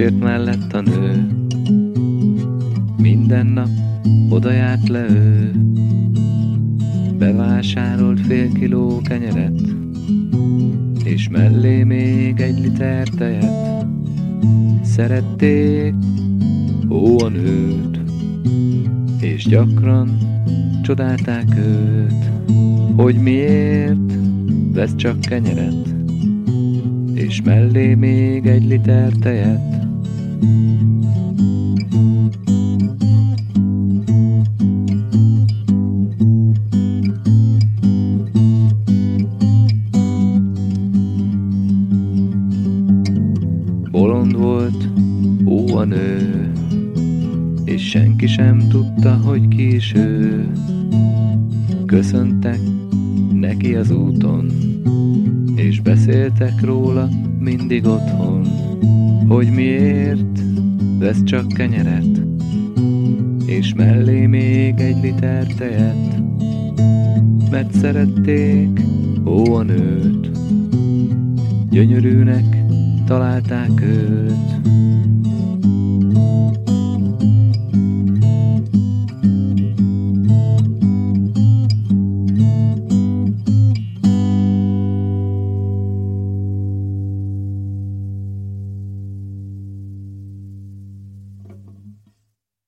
sért mellett a nő. Minden nap oda járt le ő, bevásárolt fél kiló kenyeret, és mellé még 1 liter tejet. Szerették a nőt, és gyakran csodálták őt, hogy miért vesz csak kenyeret, és mellé még 1 liter tejet. Bolond volt a nő, és senki sem tudta, hogy ki is ő. Köszöntek neki az úton, és beszéltek róla mindig otthon, hogy miért vesz csak kenyeret, és mellé még 1 liter tejet. Mert szerették a nőt, gyönyörűnek találták őt.